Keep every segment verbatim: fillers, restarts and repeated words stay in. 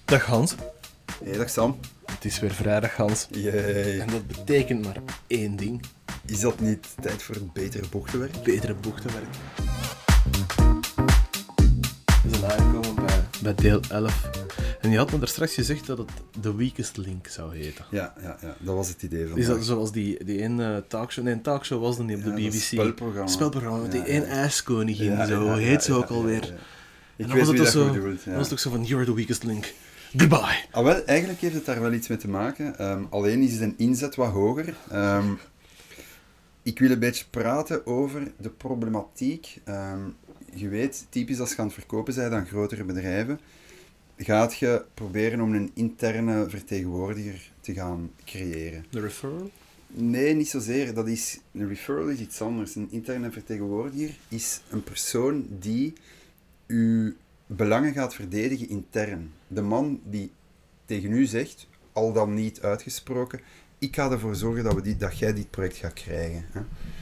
Dag Hans. Hey, dag Sam. Het is weer vrijdag, Hans. Yay. En dat betekent maar één ding. Is dat niet tijd voor een betere bochtenwerk? Betere bochtenwerk. We zijn aangekomen bij, bij deel elf. En je had me daar straks gezegd dat het The Weakest Link zou heten. Ja, ja, ja, dat was het idee van. Is dat zoals die, die ene talkshow? Nee, een talkshow was er niet op de ja, B B C. Dat spelprogramma. Spelprogramma met ja, die ja. één ijskoningin. Ja, zo ja, ja, heet ze ja, ook ja, alweer. ja, ja. En Ik dan weet was wie het dat toch goed zo, bedoelt. Ja. dan was het ook zo van, you're the weakest link. Goodbye. Ah, wel, eigenlijk heeft het daar wel iets mee te maken. Um, alleen is de inzet wat hoger. Um, ik wil een beetje praten over de problematiek. Um, je weet, typisch als je aan het verkopen bent aan grotere bedrijven, gaat je proberen om een interne vertegenwoordiger te gaan creëren. De referral? Nee, niet zozeer. Dat is, een referral is iets anders. Een interne vertegenwoordiger is een persoon die uw belangen gaat verdedigen intern. De man die tegen u zegt, al dan niet uitgesproken, ik ga ervoor zorgen dat, we die, dat jij dit project gaat krijgen. Hè.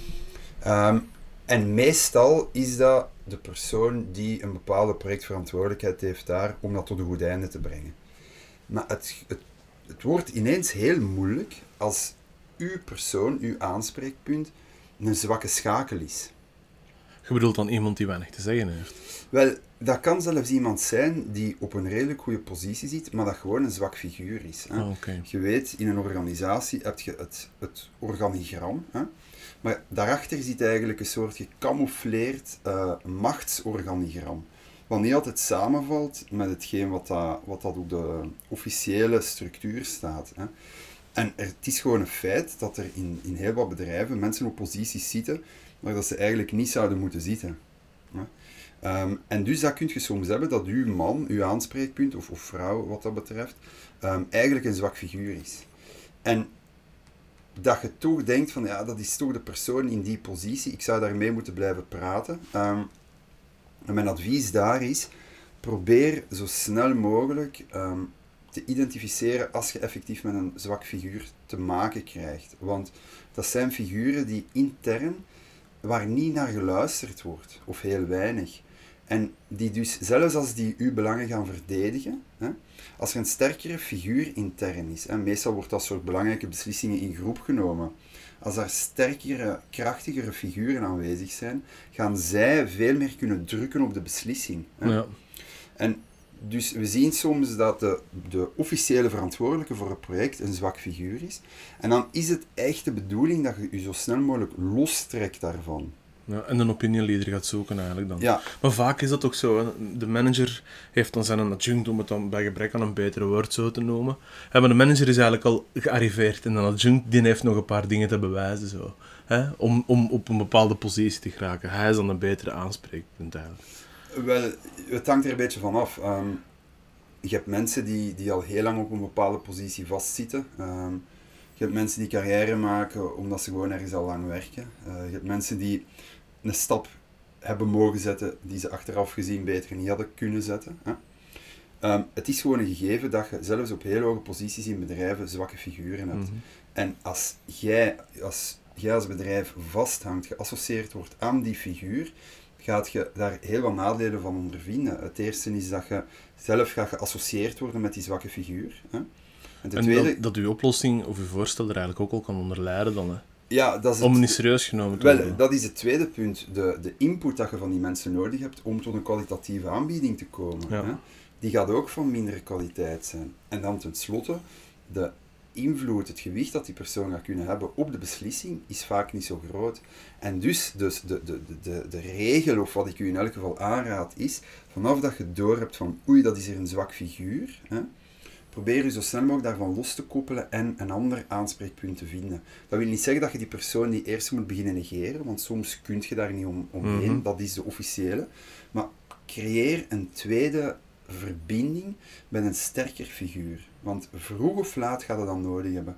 Um, en meestal is dat de persoon die een bepaalde projectverantwoordelijkheid heeft daar om dat tot een goed einde te brengen. Maar het, het, het wordt ineens heel moeilijk als uw persoon, uw aanspreekpunt, een zwakke schakel is. Je bedoelt dan iemand die weinig te zeggen heeft? Wel, dat kan zelfs iemand zijn die op een redelijk goede positie zit, maar dat gewoon een zwak figuur is. Hè. Oh, okay. Je weet, in een organisatie heb je het, het organigram, hè. Maar daarachter zit eigenlijk een soort gecamoufleerd uh, machtsorganigram. Wat niet altijd samenvalt met hetgeen wat dat, wat dat op de officiële structuur staat. Hè. En er, het is gewoon een feit dat er in, in heel wat bedrijven mensen op posities zitten waar dat ze eigenlijk niet zouden moeten zitten. Ja. Um, en dus dat kun je soms hebben dat uw man, uw aanspreekpunt, of, of vrouw wat dat betreft, um, eigenlijk een zwak figuur is. En dat je toch denkt van, ja, dat is toch de persoon in die positie, ik zou daarmee moeten blijven praten. Um, en mijn advies daar is, probeer zo snel mogelijk um, te identificeren als je effectief met een zwak figuur te maken krijgt. Want dat zijn figuren die intern, waar niet naar geluisterd wordt, of heel weinig. En die dus, zelfs als die uw belangen gaan verdedigen, hè, als er een sterkere figuur intern is, hè, meestal wordt dat soort belangrijke beslissingen in groep genomen, als er sterkere, krachtigere figuren aanwezig zijn, gaan zij veel meer kunnen drukken op de beslissing. Hè. Ja. En dus we zien soms dat de, de officiële verantwoordelijke voor het project een zwak figuur is. En dan is het echt de bedoeling dat je je zo snel mogelijk lostrekt daarvan. Ja, en een opinion leader gaat zoeken eigenlijk dan. Ja. Maar vaak is dat ook zo. Hè. De manager heeft dan zijn adjunct, om het dan bij gebrek aan een betere woord zo te noemen. Ja, maar de manager is eigenlijk al gearriveerd en de adjunct die heeft nog een paar dingen te bewijzen. Zo. Hè, om, om op een bepaalde positie te geraken. Hij is dan een betere aanspreekpunt eigenlijk. Wel, het hangt er een beetje van af. Um, je hebt mensen die, die al heel lang op een bepaalde positie vastzitten. Um, je hebt mensen die carrière maken omdat ze gewoon ergens al lang werken. Uh, je hebt mensen die een stap hebben mogen zetten die ze achteraf gezien beter niet hadden kunnen zetten. Hè. Um, het is gewoon een gegeven dat je zelfs op heel hoge posities in bedrijven zwakke figuren hebt. Mm-hmm. En als jij, als jij als bedrijf vasthangt, geassocieerd wordt aan die figuur, gaat je daar heel wat nadelen van ondervinden. Het eerste is dat je zelf gaat geassocieerd worden met die zwakke figuur. Hè. En, ten en tweede, dat, dat uw oplossing of uw voorstel er eigenlijk ook al kan onder lijden dan. Hè. ja, dat is het, om niet serieus genomen te wel, worden. dat is het tweede punt. De, de input dat je van die mensen nodig hebt om tot een kwalitatieve aanbieding te komen. Ja. Hè, die gaat ook van mindere kwaliteit zijn. En dan tenslotte, de invloed, het gewicht dat die persoon gaat kunnen hebben op de beslissing, is vaak niet zo groot. En dus, dus de, de, de, de regel, of wat ik u in elk geval aanraad, is, vanaf dat je door hebt van, oei, dat is hier een zwak figuur, hè, probeer je zo snel mogelijk daarvan los te koppelen en een ander aanspreekpunt te vinden. Dat wil niet zeggen dat je die persoon die eerst moet beginnen negeren, want soms kun je daar niet om, omheen, mm-hmm. Dat is de officiële. Maar creëer een tweede verbinding met een sterker figuur. Want vroeg of laat gaat het dan nodig hebben.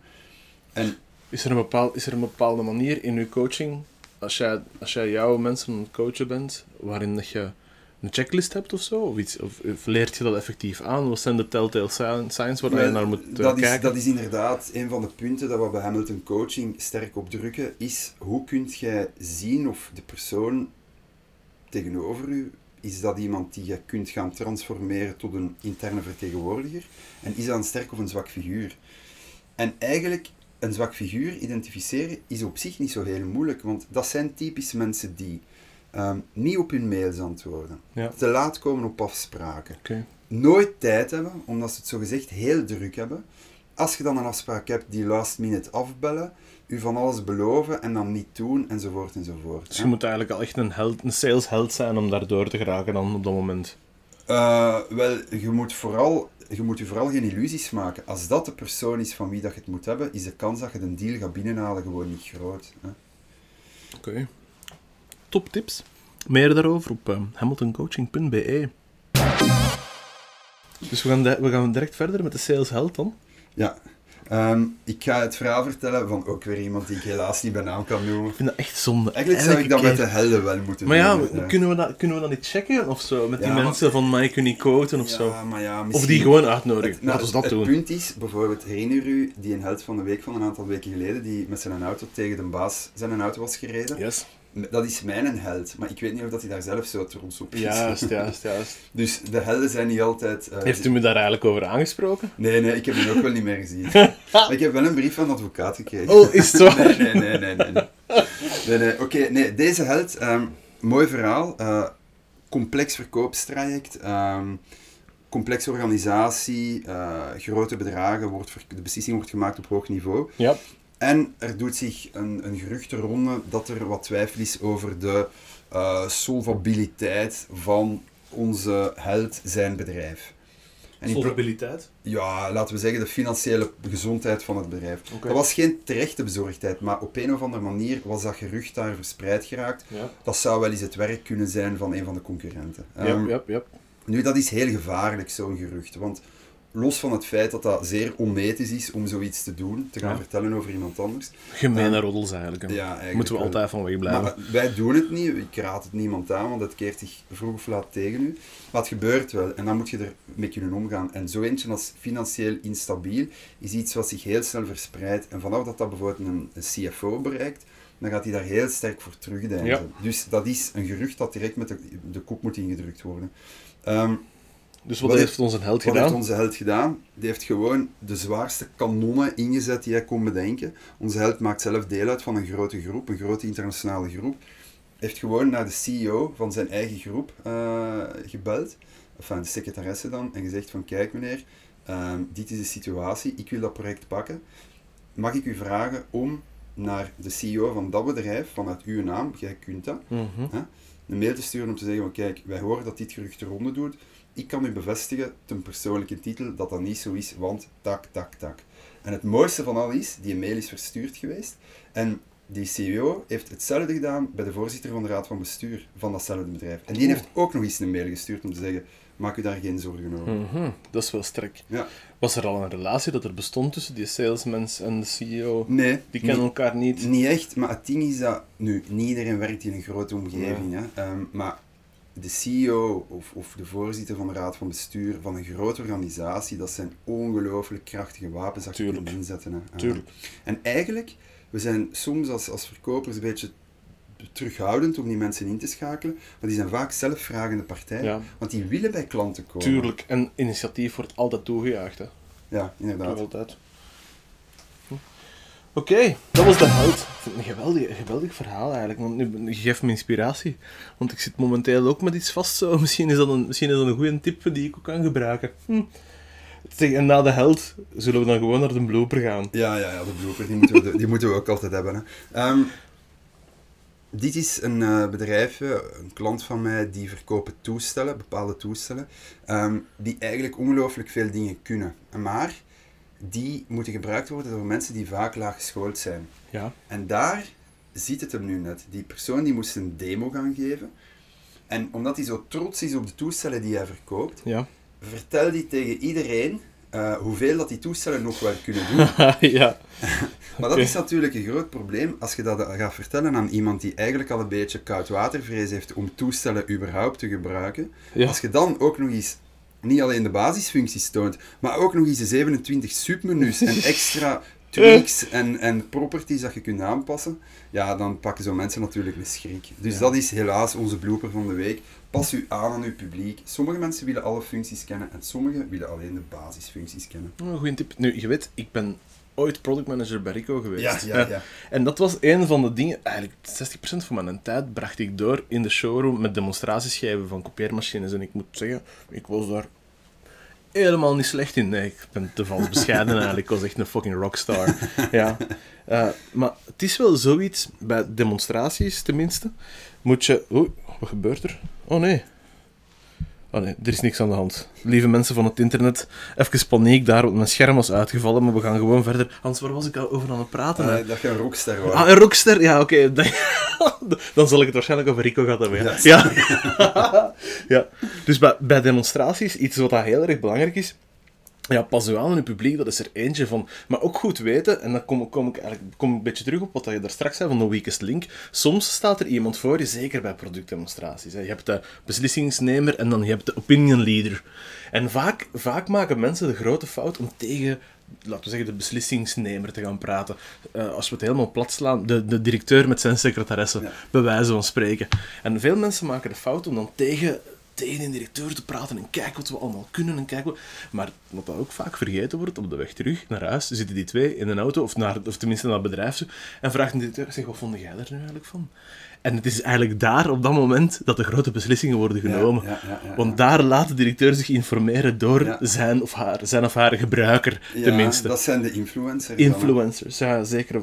En is, er een bepaal, is er een bepaalde manier in je coaching, als jij, als jij jouw mensen aan het coachen bent, waarin dat je een checklist hebt of zo? Of, iets, of, of leert je dat effectief aan? Wat zijn de telltale signs waar Wel, je naar moet uh, dat kijken? Is, dat is inderdaad een van de punten dat we bij Hamilton Coaching sterk op drukken, is hoe kun jij zien of de persoon tegenover u is dat iemand die je kunt gaan transformeren tot een interne vertegenwoordiger? En is dat een sterk of een zwak figuur? En eigenlijk, een zwak figuur identificeren is op zich niet zo heel moeilijk, want dat zijn typisch mensen die um, niet op hun mails antwoorden, Ja. te laat komen op afspraken, Okay. nooit tijd hebben, omdat ze het zogezegd heel druk hebben. Als je dan een afspraak hebt, die last minute afbellen, u van alles beloven en dan niet doen, enzovoort enzovoort. Dus je moet eigenlijk al echt een, held, een salesheld zijn om daar door te geraken dan op dat moment. Uh, wel, je moet, vooral, je moet je vooral geen illusies maken. Als dat de persoon is van wie dat je het moet hebben, is de kans dat je de deal gaat binnenhalen gewoon niet groot. Oké. Okay. Top tips. Meer daarover op uh, hamilton coaching punt b e. Dus we gaan, de, we gaan direct verder met de salesheld dan. Ja. Um, ik ga het verhaal vertellen van ook weer iemand die ik helaas niet bij naam kan noemen. Ik vind dat echt zonde. Eigenlijk zou ik dat met de helden wel moeten maar doen. Maar ja, kunnen we, dat, kunnen we dat niet checken of zo? Met die ja, mensen van mij kun je niet quoten of ja, zo? Maar ja, of die gewoon uitnodigen. Het, nou, Laten we dat het doen. Het punt is, bijvoorbeeld, herinner u die een held van de week van een aantal weken geleden, die met zijn auto tegen de baas zijn auto was gereden? Yes. Dat is mijn held, maar ik weet niet of dat hij daar zelf zo trots op is. Juist, juist, juist. Dus de helden zijn niet altijd... Uh, Heeft u me daar eigenlijk over aangesproken? Nee, nee, ik heb hem ook wel niet meer gezien. Maar ik heb wel een brief van de advocaat gekregen. Oh, is het waar? Nee, nee, nee, nee. nee. nee, nee. Oké, okay, nee, deze held, um, mooi verhaal, uh, complex verkoopstraject, um, complexe organisatie, uh, grote bedragen, wordt ver- de beslissing wordt gemaakt op hoog niveau. Ja. En er doet zich een, een geruchtenronde dat er wat twijfel is over de uh, solvabiliteit van onze held, zijn bedrijf. En Solvabiliteit? Ja, laten we zeggen de financiële gezondheid van het bedrijf. Okay. Dat was geen terechte bezorgdheid, maar op een of andere manier was dat gerucht daar verspreid geraakt. Ja. Dat zou wel eens het werk kunnen zijn van een van de concurrenten. Ja, um, ja, ja. Nu, dat is heel gevaarlijk, zo'n gerucht, want los van het feit dat dat zeer onethisch is om zoiets te doen, te gaan ja. vertellen over iemand anders. Gemene uh, roddels eigenlijk. Ja, eigenlijk. Moeten we wel. Altijd van wegblijven. Maar wij doen het niet, ik raad het niemand aan, want het keert zich vroeg of laat tegen u. Maar het gebeurt wel en dan moet je ermee kunnen omgaan. En zo eentje als financieel instabiel is iets wat zich heel snel verspreidt. En vanaf dat dat bijvoorbeeld een, een C F O bereikt, dan gaat hij daar heel sterk voor terugdeinzen. Ja. Dus dat is een gerucht dat direct met de, de kop moet ingedrukt worden. Um, Dus wat, wat heeft onze held wat gedaan? Wat heeft onze held gedaan? Die heeft gewoon de zwaarste kanonnen ingezet die hij kon bedenken. Onze held maakt zelf deel uit van een grote groep, een grote internationale groep. Heeft gewoon naar de C E O van zijn eigen groep uh, gebeld, enfin de secretaresse dan, en gezegd van kijk meneer, uh, dit is de situatie, ik wil dat project pakken. Mag ik u vragen om naar de C E O van dat bedrijf, vanuit uw naam, jij kunt dat, mm-hmm. hè, een mail te sturen om te zeggen van kijk, wij horen dat dit gerucht de ronde doet. Ik kan u bevestigen, ten persoonlijke titel, dat dat niet zo is, want tak, tak, tak. En het mooiste van al is, die mail is verstuurd geweest. En die C E O heeft hetzelfde gedaan bij de voorzitter van de raad van bestuur van datzelfde bedrijf. En die oh. heeft ook nog eens een mail gestuurd om te zeggen, maak u daar geen zorgen over. Mm-hmm. Dat is wel sterk. Ja. Was er al een relatie dat er bestond tussen die salesmens en de C E O? Nee. Die kennen niet, elkaar niet? Niet echt, maar het ding is dat... Nu, niet iedereen werkt in een grote omgeving, ja. hè. Um, maar... De C E O of, of de voorzitter van de raad van bestuur van een grote organisatie, dat zijn ongelooflijk krachtige wapens dat je kunt inzetten. Hè. Tuurlijk. En eigenlijk, we zijn soms als, als verkopers een beetje terughoudend om die mensen in te schakelen, maar die zijn vaak zelfvragende partijen, ja. Want die willen bij klanten komen. Tuurlijk, en initiatief wordt altijd toegejuicht. Hè. Ja, inderdaad. Toch altijd. Hm. Oké, okay, dat was de held. Ik vind het een geweldig, een geweldig verhaal eigenlijk, want nu, je geeft me inspiratie. Want ik zit momenteel ook met iets vast, zo. Misschien is dat een, misschien is dat een goede tip die ik ook kan gebruiken. Hm. En na de held zullen we dan gewoon naar de blooper gaan. Ja, ja, ja de blooper, die moeten we, die moeten we ook altijd hebben. Hè. Um, dit is een uh, bedrijf, een klant van mij, die verkopen toestellen, bepaalde toestellen, um, die eigenlijk ongelooflijk veel dingen kunnen. Maar die moeten gebruikt worden door mensen die vaak laag geschoold zijn. Ja. En daar zit het hem nu net. Die persoon die moest een demo gaan geven. En omdat hij zo trots is op de toestellen die hij verkoopt, ja. vertelt hij tegen iedereen uh, hoeveel dat die toestellen nog wel kunnen doen. Ja. Maar dat is natuurlijk een groot probleem als je dat gaat vertellen aan iemand die eigenlijk al een beetje koudwatervrees heeft om toestellen überhaupt te gebruiken. Ja. Als je dan ook nog eens niet alleen de basisfuncties toont, maar ook nog eens de zevenentwintig submenus en extra tweaks en, en properties dat je kunt aanpassen, ja, dan pakken zo mensen natuurlijk een schrik. Dus ja. dat is helaas onze blooper van de week. Pas u aan aan uw publiek. Sommige mensen willen alle functies kennen en sommigen willen alleen de basisfuncties kennen. Een goeie tip. Nu, je weet, ik ben ooit productmanager bij Ricoh geweest. Ja, ja, ja. En dat was een van de dingen, eigenlijk zestig procent van mijn tijd bracht ik door in de showroom met demonstratieschijven van kopieermachines. En ik moet zeggen, ik was daar helemaal niet slecht in. Nee, ik ben te vals bescheiden eigenlijk. Ik was echt een fucking rockstar. Ja. Uh, maar het is wel zoiets, bij demonstraties tenminste, moet je... Oei, wat gebeurt er? Oh nee. Oh nee, er is niks aan de hand. Lieve mensen van het internet, even paniek daar, want mijn scherm was uitgevallen, maar we gaan gewoon verder. Hans, waar was ik al over aan het praten? Uh, dat je een rockster was. Ah, een rockster? Ja, oké. Okay. Dan zal ik het waarschijnlijk over Ricoh gehad hebben. Ja. Ja. Ja. Dus bij, bij demonstraties, iets wat dat heel erg belangrijk is, ja, pas u aan in het publiek, dat is er eentje van. Maar ook goed weten, en dan kom, kom ik eigenlijk kom ik een beetje terug op wat je daar straks zei van de weakest link. Soms staat er iemand voor je, zeker bij productdemonstraties. Hè. Je hebt de beslissingsnemer en dan je hebt de opinion leader. En vaak, vaak maken mensen de grote fout om tegen, laten we zeggen, de beslissingsnemer te gaan praten. Uh, als we het helemaal plat slaan, de, de directeur met zijn secretaresse, ja. bij wijze van spreken. En veel mensen maken de fout om dan tegen... tegen een directeur te praten en kijk wat we allemaal kunnen en kijk wat... Maar wat dat ook vaak vergeten wordt, op de weg terug naar huis zitten die twee in een auto, of, naar, of tenminste naar het bedrijf, zo, en vraagt een directeur, zeg, wat vond jij er nu eigenlijk van? En het is eigenlijk daar, op dat moment, dat de grote beslissingen worden genomen. Ja, ja, ja, ja, ja. Want daar laat de directeur zich informeren door ja. zijn, of haar, zijn of haar gebruiker, ja, tenminste. Dat zijn de influencers. Influencers, dan, ja, zeker.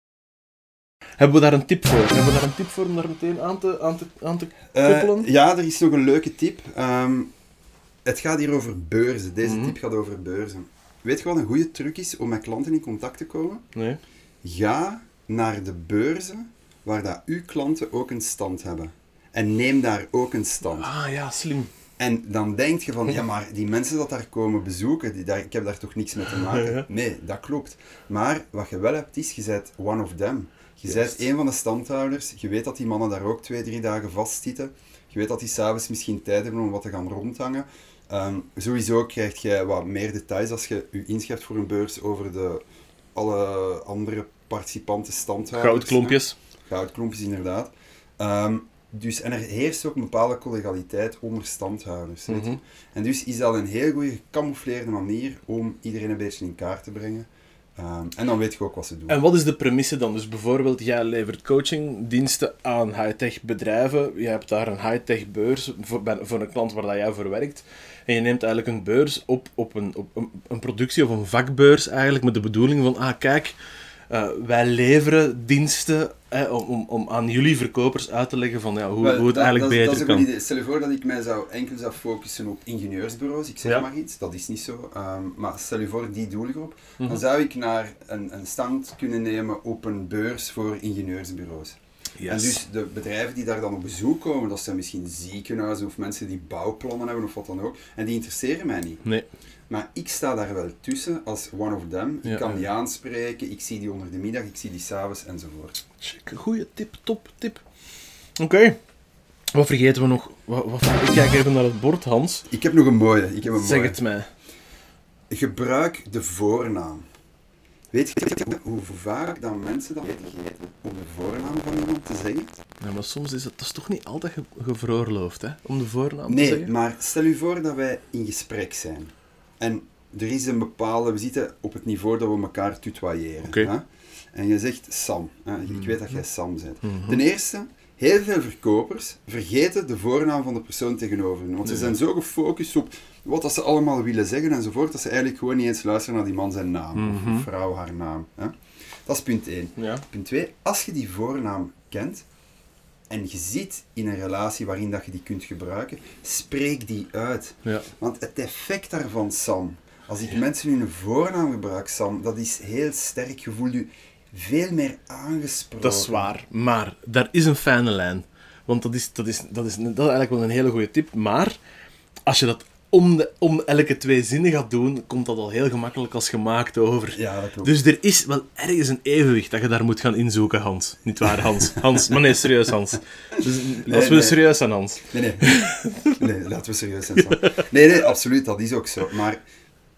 Hebben we daar een tip voor? Hebben we daar een tip voor om daar meteen aan te, aan te, aan te koppelen? Uh, ja, er is nog een leuke tip. Um, het gaat hier over beurzen. Deze mm-hmm. tip gaat over beurzen. Weet je wat een goede truc is om met klanten in contact te komen? Nee. Ga naar de beurzen waar dat uw klanten ook een stand hebben. En neem daar ook een stand. Ah ja, slim. En dan denk je van, ja, maar die mensen dat daar komen bezoeken, die daar, ik heb daar toch niks mee te maken. Nee, dat klopt. Maar wat je wel hebt is, je bent one of them. Je bent een van de standhouders, je weet dat die mannen daar ook twee, drie dagen vastzitten. Je weet dat die s'avonds misschien tijd hebben om wat te gaan rondhangen. Um, sowieso krijg je wat meer details als je je inschrijft voor een beurs over de, alle andere participanten, standhouders. Goudklompjes. Hè? Goudklompjes, inderdaad. Um, dus, en er heerst ook een bepaalde collegialiteit onder standhouders. Mm-hmm. Weet je? En dus is dat een heel goede gecamoufleerde manier om iedereen een beetje in kaart te brengen. Um, en dan weet je ook wat ze doen. En wat is de premisse dan? Dus bijvoorbeeld, jij levert coachingdiensten aan high-tech bedrijven. Je hebt daar een high-tech beurs voor, voor een klant waar dat jij voor werkt. En je neemt eigenlijk een beurs op, op, een, op een, een productie of een vakbeurs eigenlijk met de bedoeling van, ah kijk, uh, wij leveren diensten eh, om, om aan jullie verkopers uit te leggen van ja, hoe, Wel, hoe het dat, eigenlijk dat, beter dat is kan. Een idee. Stel je voor dat ik mij zou enkel zou focussen op ingenieursbureaus, ik zeg ja. maar iets, dat is niet zo. Um, maar stel je voor die doelgroep, mm-hmm. dan zou ik naar een, een stand kunnen nemen op een beurs voor ingenieursbureaus. Yes. En dus de bedrijven die daar dan op bezoek komen, dat zijn misschien ziekenhuizen of mensen die bouwplannen hebben of wat dan ook, en die interesseren mij niet. Nee. Maar ik sta daar wel tussen als one of them. Ik ja, kan ja. die aanspreken, ik zie die onder de middag, ik zie die s'avonds enzovoort. Check, goeie tip, top tip. Oké. Okay. Wat vergeten we nog? Wat, wat, ik kijk even naar het bord, Hans. Ik heb nog een mooie. Ik heb een zeg mooie. het mij. Gebruik de voornaam. Weet je hoe vaak dan mensen dat vergeten om de voornaam van iemand te zeggen? Ja, maar soms is het, dat is toch niet altijd ge- geveroorloofd, hè? Om de voornaam nee, te zeggen? Nee, maar stel je voor dat wij in gesprek zijn. En er is een bepaalde... We zitten op het niveau dat we elkaar tutoyeren. Okay. Hè? En je zegt Sam. Hè? Ik weet dat jij Sam bent. Mm-hmm. Ten eerste, heel veel verkopers vergeten de voornaam van de persoon tegenover hen. Want ze zijn zo gefocust op wat dat ze allemaal willen zeggen enzovoort, dat ze eigenlijk gewoon niet eens luisteren naar die man zijn naam. Mm-hmm. Of vrouw haar naam. Hè? Dat is punt één. Ja. Punt twee, als je die voornaam kent en je ziet in een relatie waarin dat je die kunt gebruiken, spreek die uit. Ja. Want het effect daarvan, Sam, als ik ja. mensen hun voornaam gebruik, Sam, dat is heel sterk. Je voelt je veel meer aangesproken. Dat is waar, maar daar is een fijne lijn. Want dat is, dat is, dat is, dat is eigenlijk wel een hele goede tip. Maar als je dat om, de, om elke twee zinnen gaat doen, komt dat al heel gemakkelijk als gemaakt over. Ja, dat klopt. Dus er is wel ergens een evenwicht dat je daar moet gaan inzoeken, Hans. Niet waar, Hans? Hans, maar nee, serieus, Hans. Dus nee, als we nee. serieus zijn, Hans. Nee, nee. Nee, laten we serieus zijn, Sam. Nee, nee, absoluut, dat is ook zo. Maar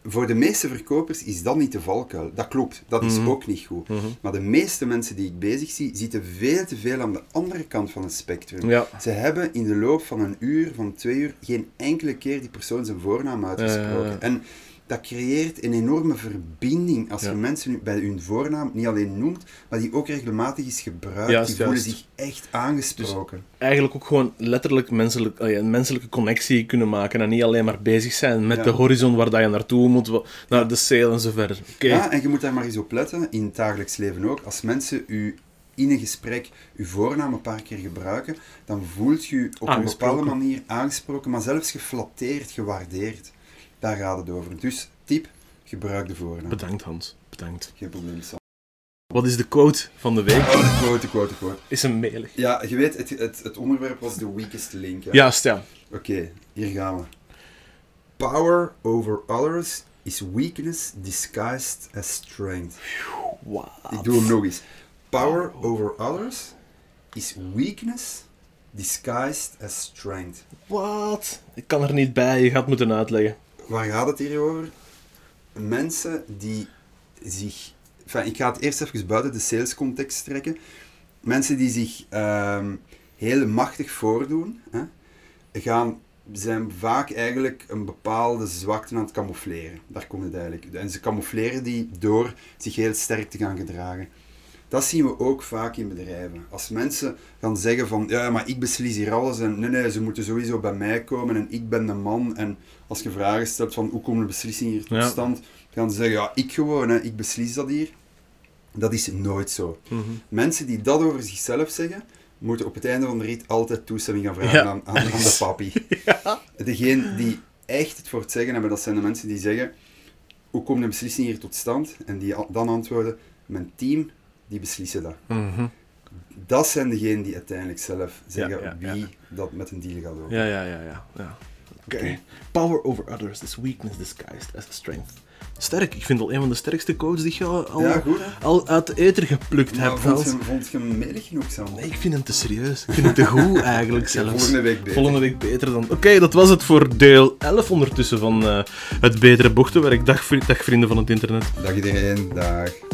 voor de meeste verkopers is dat niet de valkuil. Dat klopt, dat is Mhm. ook niet goed. Mhm. Maar de meeste mensen die ik bezig zie, zitten veel te veel aan de andere kant van het spectrum. Ja. Ze hebben in de loop van een uur, van twee uur, geen enkele keer die persoon zijn voornaam uitgesproken. Ja. En dat creëert een enorme verbinding als Ja. je mensen nu bij hun voornaam niet alleen noemt, maar die ook regelmatig is gebruikt. Juist, die voelen juist. zich echt aangesproken. Eigenlijk ook gewoon letterlijk menselijk, ah ja, een menselijke connectie kunnen maken en niet alleen maar bezig zijn met Ja. de horizon waar dat je naartoe moet, wa- naar de sale en zo verder. Oké. Ja, en je moet daar maar eens op letten, in het dagelijks leven ook. Als mensen u in een gesprek uw voornaam een paar keer gebruiken, dan voelt je op een Aangesproken. bepaalde manier aangesproken, maar zelfs geflatteerd, gewaardeerd. Daar gaat het over. Dus, tip, gebruik de voornaam. Bedankt Hans, bedankt. Geen probleem, Sam. Wat is de quote van de week? Oh, de quote, de quote, de quote. Is een mailig. Ja, je weet, het, het, het onderwerp was de weakest link. Hè? Juist, ja. Oké, hier gaan we. Power over others is weakness disguised as strength. Wow. Ik doe hem nog eens. Power over others is weakness disguised as strength. Wat? Ik kan er niet bij, je gaat het moeten uitleggen. Waar gaat het hier over? Mensen die zich... Enfin, ik ga het eerst even buiten de salescontext trekken. Mensen die zich ehm, heel machtig voordoen, hè, gaan, zijn vaak eigenlijk een bepaalde zwakte aan het camoufleren. Daar komt het eigenlijk. En ze camoufleren die door zich heel sterk te gaan gedragen. Dat zien we ook vaak in bedrijven. Als mensen gaan zeggen van, ja, maar ik beslis hier alles en nee, nee, ze moeten sowieso bij mij komen en ik ben de man. En als je vragen stelt van, hoe komen de beslissingen hier tot Ja. stand, gaan ze zeggen, ja, ik gewoon, hè, ik beslis dat hier. Dat is nooit zo. Mhm. Mensen die dat over zichzelf zeggen, moeten op het einde van de rit altijd toestemming gaan vragen Ja. aan, aan, aan de papi. Degene die echt het voor het zeggen hebben, dat zijn de mensen die zeggen, hoe komen de beslissingen hier tot stand? En die a- dan antwoorden, mijn team, die beslissen dat. Mhm. Dat zijn degenen die uiteindelijk zelf zeggen Ja, ja, ja. wie dat met een deal gaat over. Ja, ja, ja, ja. ja. Oké. Oké. Power over others is weakness disguised as a strength. Sterk, ik vind het al een van de sterkste quotes die je al, Ja, goed, hè? al uit de ether geplukt Maar hebt. vond Hans. je, vond je hem melig genoeg, Sam? Nee, ik vind het te serieus. Ik vind het te goed eigenlijk zelfs. Volgende week beter. Volgende week beter dan. Oké, dat was het voor deel elf ondertussen van eh, het Betere Bochtenwerk. Dag, vri- dag vrienden van het internet. Dag iedereen, dag.